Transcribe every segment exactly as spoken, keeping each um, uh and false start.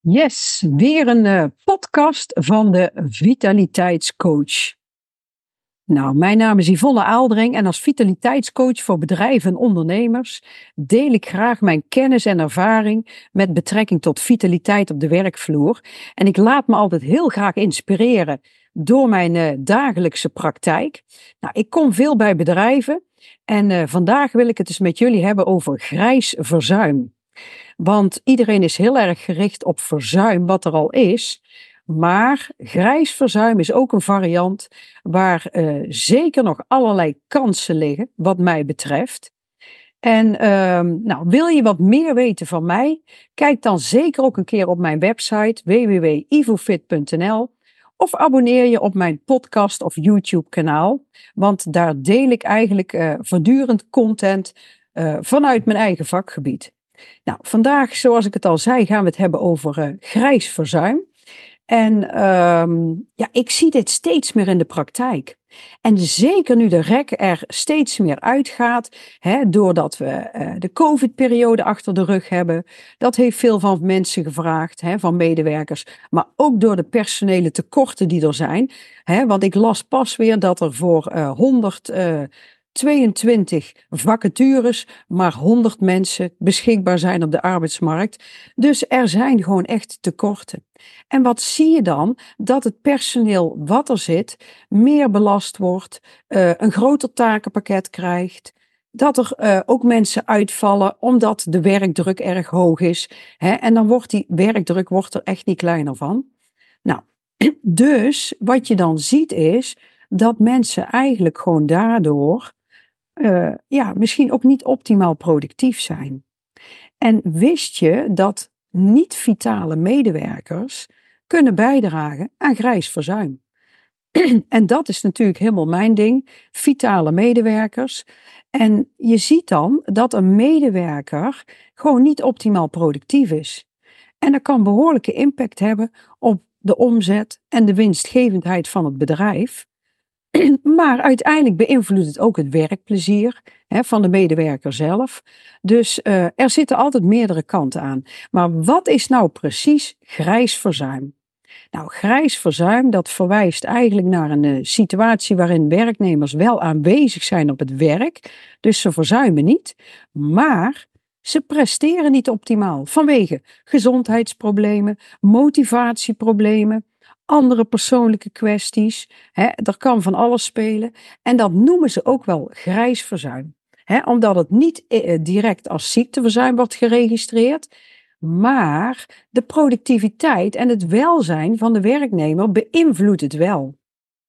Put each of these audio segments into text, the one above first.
Yes, weer een uh, podcast van de Vitaliteitscoach. Nou, mijn naam is Yvonne Aaldering en als vitaliteitscoach voor bedrijven en ondernemers deel ik graag mijn kennis en ervaring met betrekking tot vitaliteit op de werkvloer. En ik laat me altijd heel graag inspireren door mijn uh, dagelijkse praktijk. Nou, ik kom veel bij bedrijven en uh, vandaag wil ik het eens met jullie hebben over grijs verzuim. Want iedereen is heel erg gericht op verzuim, wat er al is. Maar grijs verzuim is ook een variant waar uh, zeker nog allerlei kansen liggen, wat mij betreft. En uh, nou, wil je wat meer weten van mij? Kijk dan zeker ook een keer op mijn website w w w punt ivofit punt n l of abonneer je op mijn podcast of YouTube kanaal. Want daar deel ik eigenlijk uh, voortdurend content uh, vanuit mijn eigen vakgebied. Nou, vandaag, zoals ik het al zei, gaan we het hebben over uh, grijs verzuim. En um, ja, ik zie dit steeds meer in de praktijk. En zeker nu de rek er steeds meer uitgaat, hè, doordat we uh, de COVID-periode achter de rug hebben. Dat heeft veel van mensen gevraagd, hè, van medewerkers. Maar ook door de personele tekorten die er zijn. Hè, want ik las pas weer dat er voor uh, honderd... Uh, tweeëntwintig vacatures, maar honderd mensen beschikbaar zijn op de arbeidsmarkt. Dus er zijn gewoon echt tekorten. En wat zie je dan? Dat het personeel wat er zit meer belast wordt, uh, een groter takenpakket krijgt. Dat er uh, ook mensen uitvallen omdat de werkdruk erg hoog is. Hè? En dan wordt die werkdruk wordt er echt niet kleiner van. Nou, dus wat je dan ziet is dat mensen eigenlijk gewoon daardoor Uh, ja, misschien ook niet optimaal productief zijn. En wist je dat niet-vitale medewerkers kunnen bijdragen aan grijs verzuim? En dat is natuurlijk helemaal mijn ding, vitale medewerkers. En je ziet dan dat een medewerker gewoon niet optimaal productief is. En dat kan behoorlijke impact hebben op de omzet en de winstgevendheid van het bedrijf. Maar uiteindelijk beïnvloedt het ook het werkplezier hè, van de medewerker zelf. Dus uh, er zitten altijd meerdere kanten aan. Maar wat is nou precies grijs verzuim? Nou, grijs verzuim dat verwijst eigenlijk naar een uh, situatie waarin werknemers wel aanwezig zijn op het werk. Dus ze verzuimen niet, maar ze presteren niet optimaal vanwege gezondheidsproblemen, motivatieproblemen, andere persoonlijke kwesties. Hè, er kan van alles spelen. En dat noemen ze ook wel grijs verzuim. Hè, omdat het niet eh, direct als ziekteverzuim wordt geregistreerd, maar de productiviteit en het welzijn van de werknemer beïnvloedt het wel.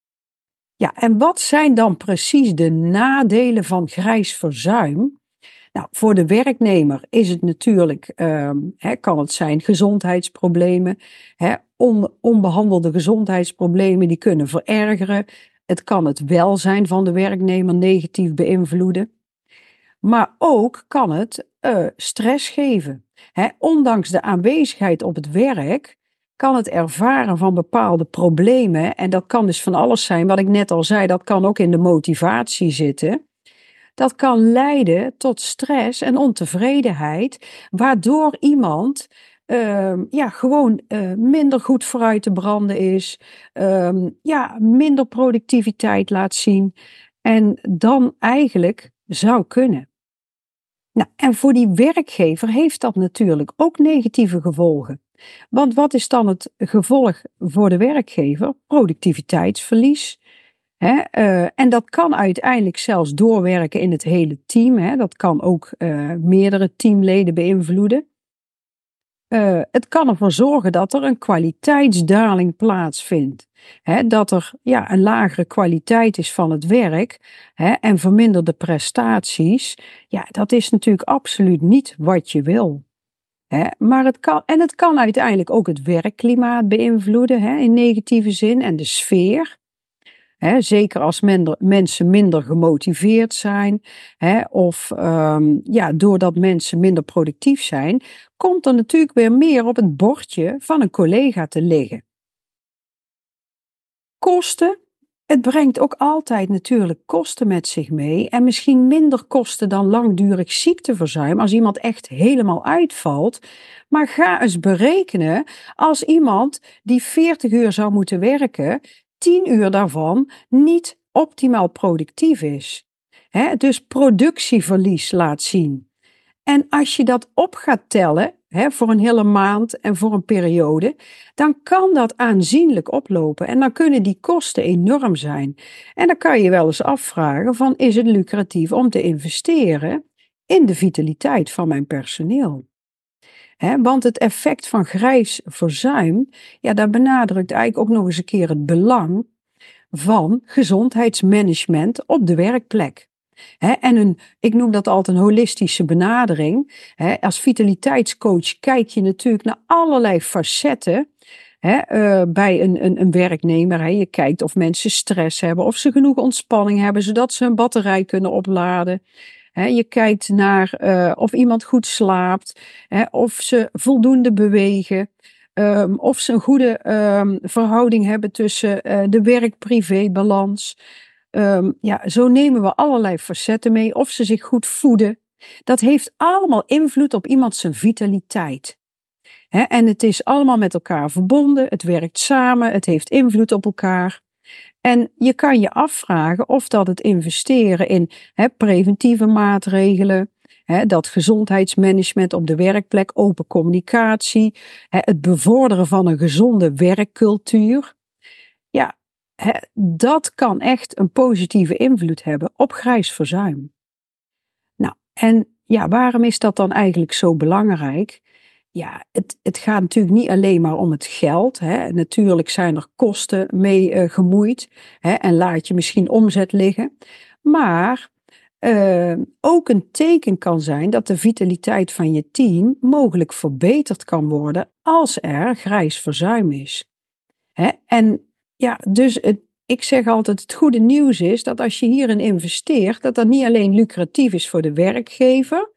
Ja, en wat zijn dan precies de nadelen van grijs verzuim? Nou, voor de werknemer is het natuurlijk, uh, hè, kan het zijn gezondheidsproblemen, hè, on, onbehandelde gezondheidsproblemen die kunnen verergeren. Het kan het welzijn van de werknemer negatief beïnvloeden. Maar ook kan het uh, stress geven. Hè, ondanks de aanwezigheid op het werk kan het ervaren van bepaalde problemen. En dat kan dus van alles zijn, wat ik net al zei, dat kan ook in de motivatie zitten. Dat kan leiden tot stress en ontevredenheid, waardoor iemand uh, ja, gewoon uh, minder goed vooruit te branden is, uh, ja, minder productiviteit laat zien en dan eigenlijk zou kunnen. Nou, en voor die werkgever heeft dat natuurlijk ook negatieve gevolgen. Want wat is dan het gevolg voor de werkgever? Productiviteitsverlies. Hè, uh, en dat kan uiteindelijk zelfs doorwerken in het hele team. Hè. Dat kan ook uh, meerdere teamleden beïnvloeden. Uh, het kan ervoor zorgen dat er een kwaliteitsdaling plaatsvindt. Hè, dat er ja, een lagere kwaliteit is van het werk hè, en verminderde prestaties. Ja, dat is natuurlijk absoluut niet wat je wil. Hè, maar het kan, en het kan uiteindelijk ook het werkklimaat beïnvloeden hè, in negatieve zin en de sfeer. He, zeker als minder, mensen minder gemotiveerd zijn, he, of um, ja, doordat mensen minder productief zijn, komt er natuurlijk weer meer op het bordje van een collega te liggen. Kosten Het brengt ook altijd natuurlijk kosten met zich mee en misschien minder kosten dan langdurig ziekteverzuim als iemand echt helemaal uitvalt. Maar ga eens berekenen als iemand die veertig uur zou moeten werken, tien uur daarvan niet optimaal productief is. Hè, dus productieverlies laat zien. En als je dat op gaat tellen, hè, voor een hele maand en voor een periode, dan kan dat aanzienlijk oplopen en dan kunnen die kosten enorm zijn. En dan kan je wel eens afvragen van, is het lucratief om te investeren in de vitaliteit van mijn personeel? Hè, want het effect van grijs verzuim, ja, dat benadrukt eigenlijk ook nog eens een keer het belang van gezondheidsmanagement op de werkplek. He, en een, ik noem dat altijd een holistische benadering. He, als vitaliteitscoach kijk je natuurlijk naar allerlei facetten. He, uh, bij een, een, een werknemer. He, je kijkt of mensen stress hebben, of ze genoeg ontspanning hebben, zodat ze hun batterij kunnen opladen. He, je kijkt naar uh, of iemand goed slaapt, he, of ze voldoende bewegen. Um, of ze een goede um, verhouding hebben tussen uh, de werk-privé-balans. Um, ja, zo nemen we allerlei facetten mee. Of ze zich goed voeden. Dat heeft allemaal invloed op iemand zijn vitaliteit. He, en het is allemaal met elkaar verbonden. Het werkt samen. Het heeft invloed op elkaar. En je kan je afvragen of dat het investeren in he, preventieve maatregelen, he, dat gezondheidsmanagement op de werkplek, open communicatie, he, het bevorderen van een gezonde werkcultuur, ja, he, dat kan echt een positieve invloed hebben op grijs verzuim. Nou, en ja, waarom is dat dan eigenlijk zo belangrijk? Ja, het, het gaat natuurlijk niet alleen maar om het geld. Hè. Natuurlijk zijn er kosten mee uh, gemoeid. Hè, en laat je misschien omzet liggen. Maar uh, ook een teken kan zijn dat de vitaliteit van je team mogelijk verbeterd kan worden als er grijs verzuim is. Hè. En ja, dus het, ik zeg altijd, het goede nieuws is dat als je hierin investeert, dat dat niet alleen lucratief is voor de werkgever,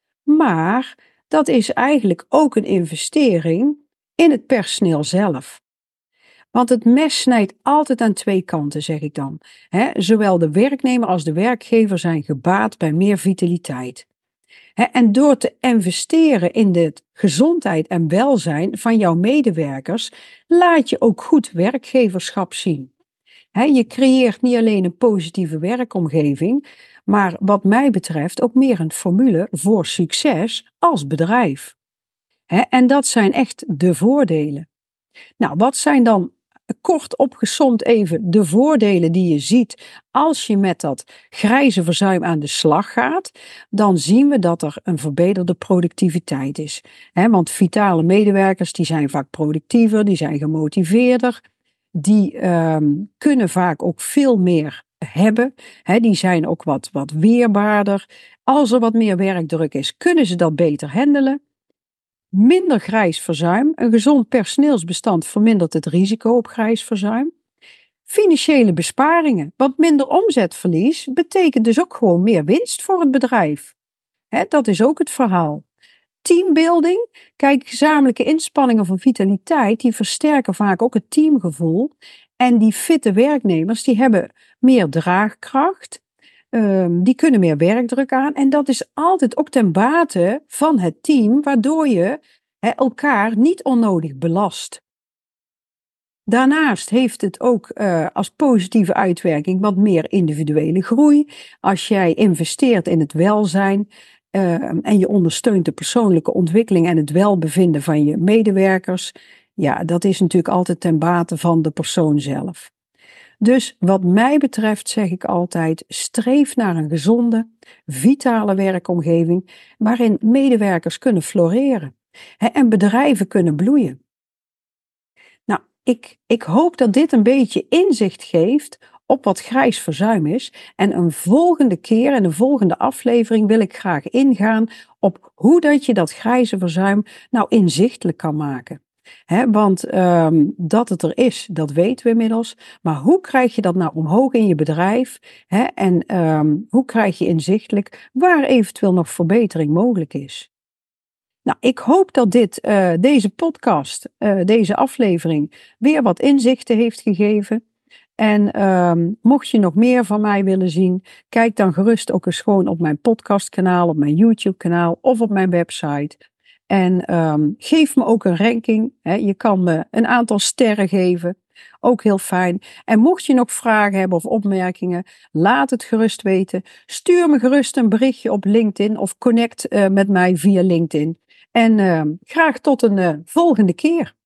maar dat is eigenlijk ook een investering in het personeel zelf. Want het mes snijdt altijd aan twee kanten, zeg ik dan. He, zowel de werknemer als de werkgever zijn gebaat bij meer vitaliteit. He, en door te investeren in de gezondheid en welzijn van jouw medewerkers, laat je ook goed werkgeverschap zien. He, je creëert niet alleen een positieve werkomgeving, maar wat mij betreft ook meer een formule voor succes als bedrijf. He, en dat zijn echt de voordelen. Nou, wat zijn dan kort opgesomd even de voordelen die je ziet als je met dat grijze verzuim aan de slag gaat? Dan zien we dat er een verbeterde productiviteit is. He, want vitale medewerkers die zijn vaak productiever, die zijn gemotiveerder. Die um, kunnen vaak ook veel meer hebben. He, die zijn ook wat, wat weerbaarder. Als er wat meer werkdruk is, kunnen ze dat beter handelen. Minder grijs verzuim. Een gezond personeelsbestand vermindert het risico op grijs verzuim. Financiële besparingen. Want minder omzetverlies betekent dus ook gewoon meer winst voor het bedrijf. He, dat is ook het verhaal. Teambuilding, kijk, gezamenlijke inspanningen van vitaliteit, die versterken vaak ook het teamgevoel. En die fitte werknemers, die hebben meer draagkracht, um, die kunnen meer werkdruk aan. En dat is altijd ook ten bate van het team, waardoor je he, elkaar niet onnodig belast. Daarnaast heeft het ook uh, als positieve uitwerking wat meer individuele groei. Als jij investeert in het welzijn, Uh, en je ondersteunt de persoonlijke ontwikkeling en het welbevinden van je medewerkers. Ja, dat is natuurlijk altijd ten bate van de persoon zelf. Dus wat mij betreft zeg ik altijd, streef naar een gezonde, vitale werkomgeving waarin medewerkers kunnen floreren hè, en bedrijven kunnen bloeien. Nou, ik, ik hoop dat dit een beetje inzicht geeft op wat grijs verzuim is. En een volgende keer, in de volgende aflevering, wil ik graag ingaan op hoe dat je dat grijze verzuim nou inzichtelijk kan maken. He, want um, dat het er is, dat weten we inmiddels. Maar hoe krijg je dat nou omhoog in je bedrijf? He, en um, hoe krijg je inzichtelijk waar eventueel nog verbetering mogelijk is? Nou, ik hoop dat dit, uh, deze podcast, uh, deze aflevering, weer wat inzichten heeft gegeven. En um, mocht je nog meer van mij willen zien, kijk dan gerust ook eens gewoon op mijn podcastkanaal, op mijn YouTube kanaal of op mijn website. En um, geef me ook een ranking. Hè. Je kan me een aantal sterren geven. Ook heel fijn. En mocht je nog vragen hebben of opmerkingen, laat het gerust weten. Stuur me gerust een berichtje op LinkedIn of connect uh, met mij via LinkedIn. En uh, graag tot een uh, volgende keer.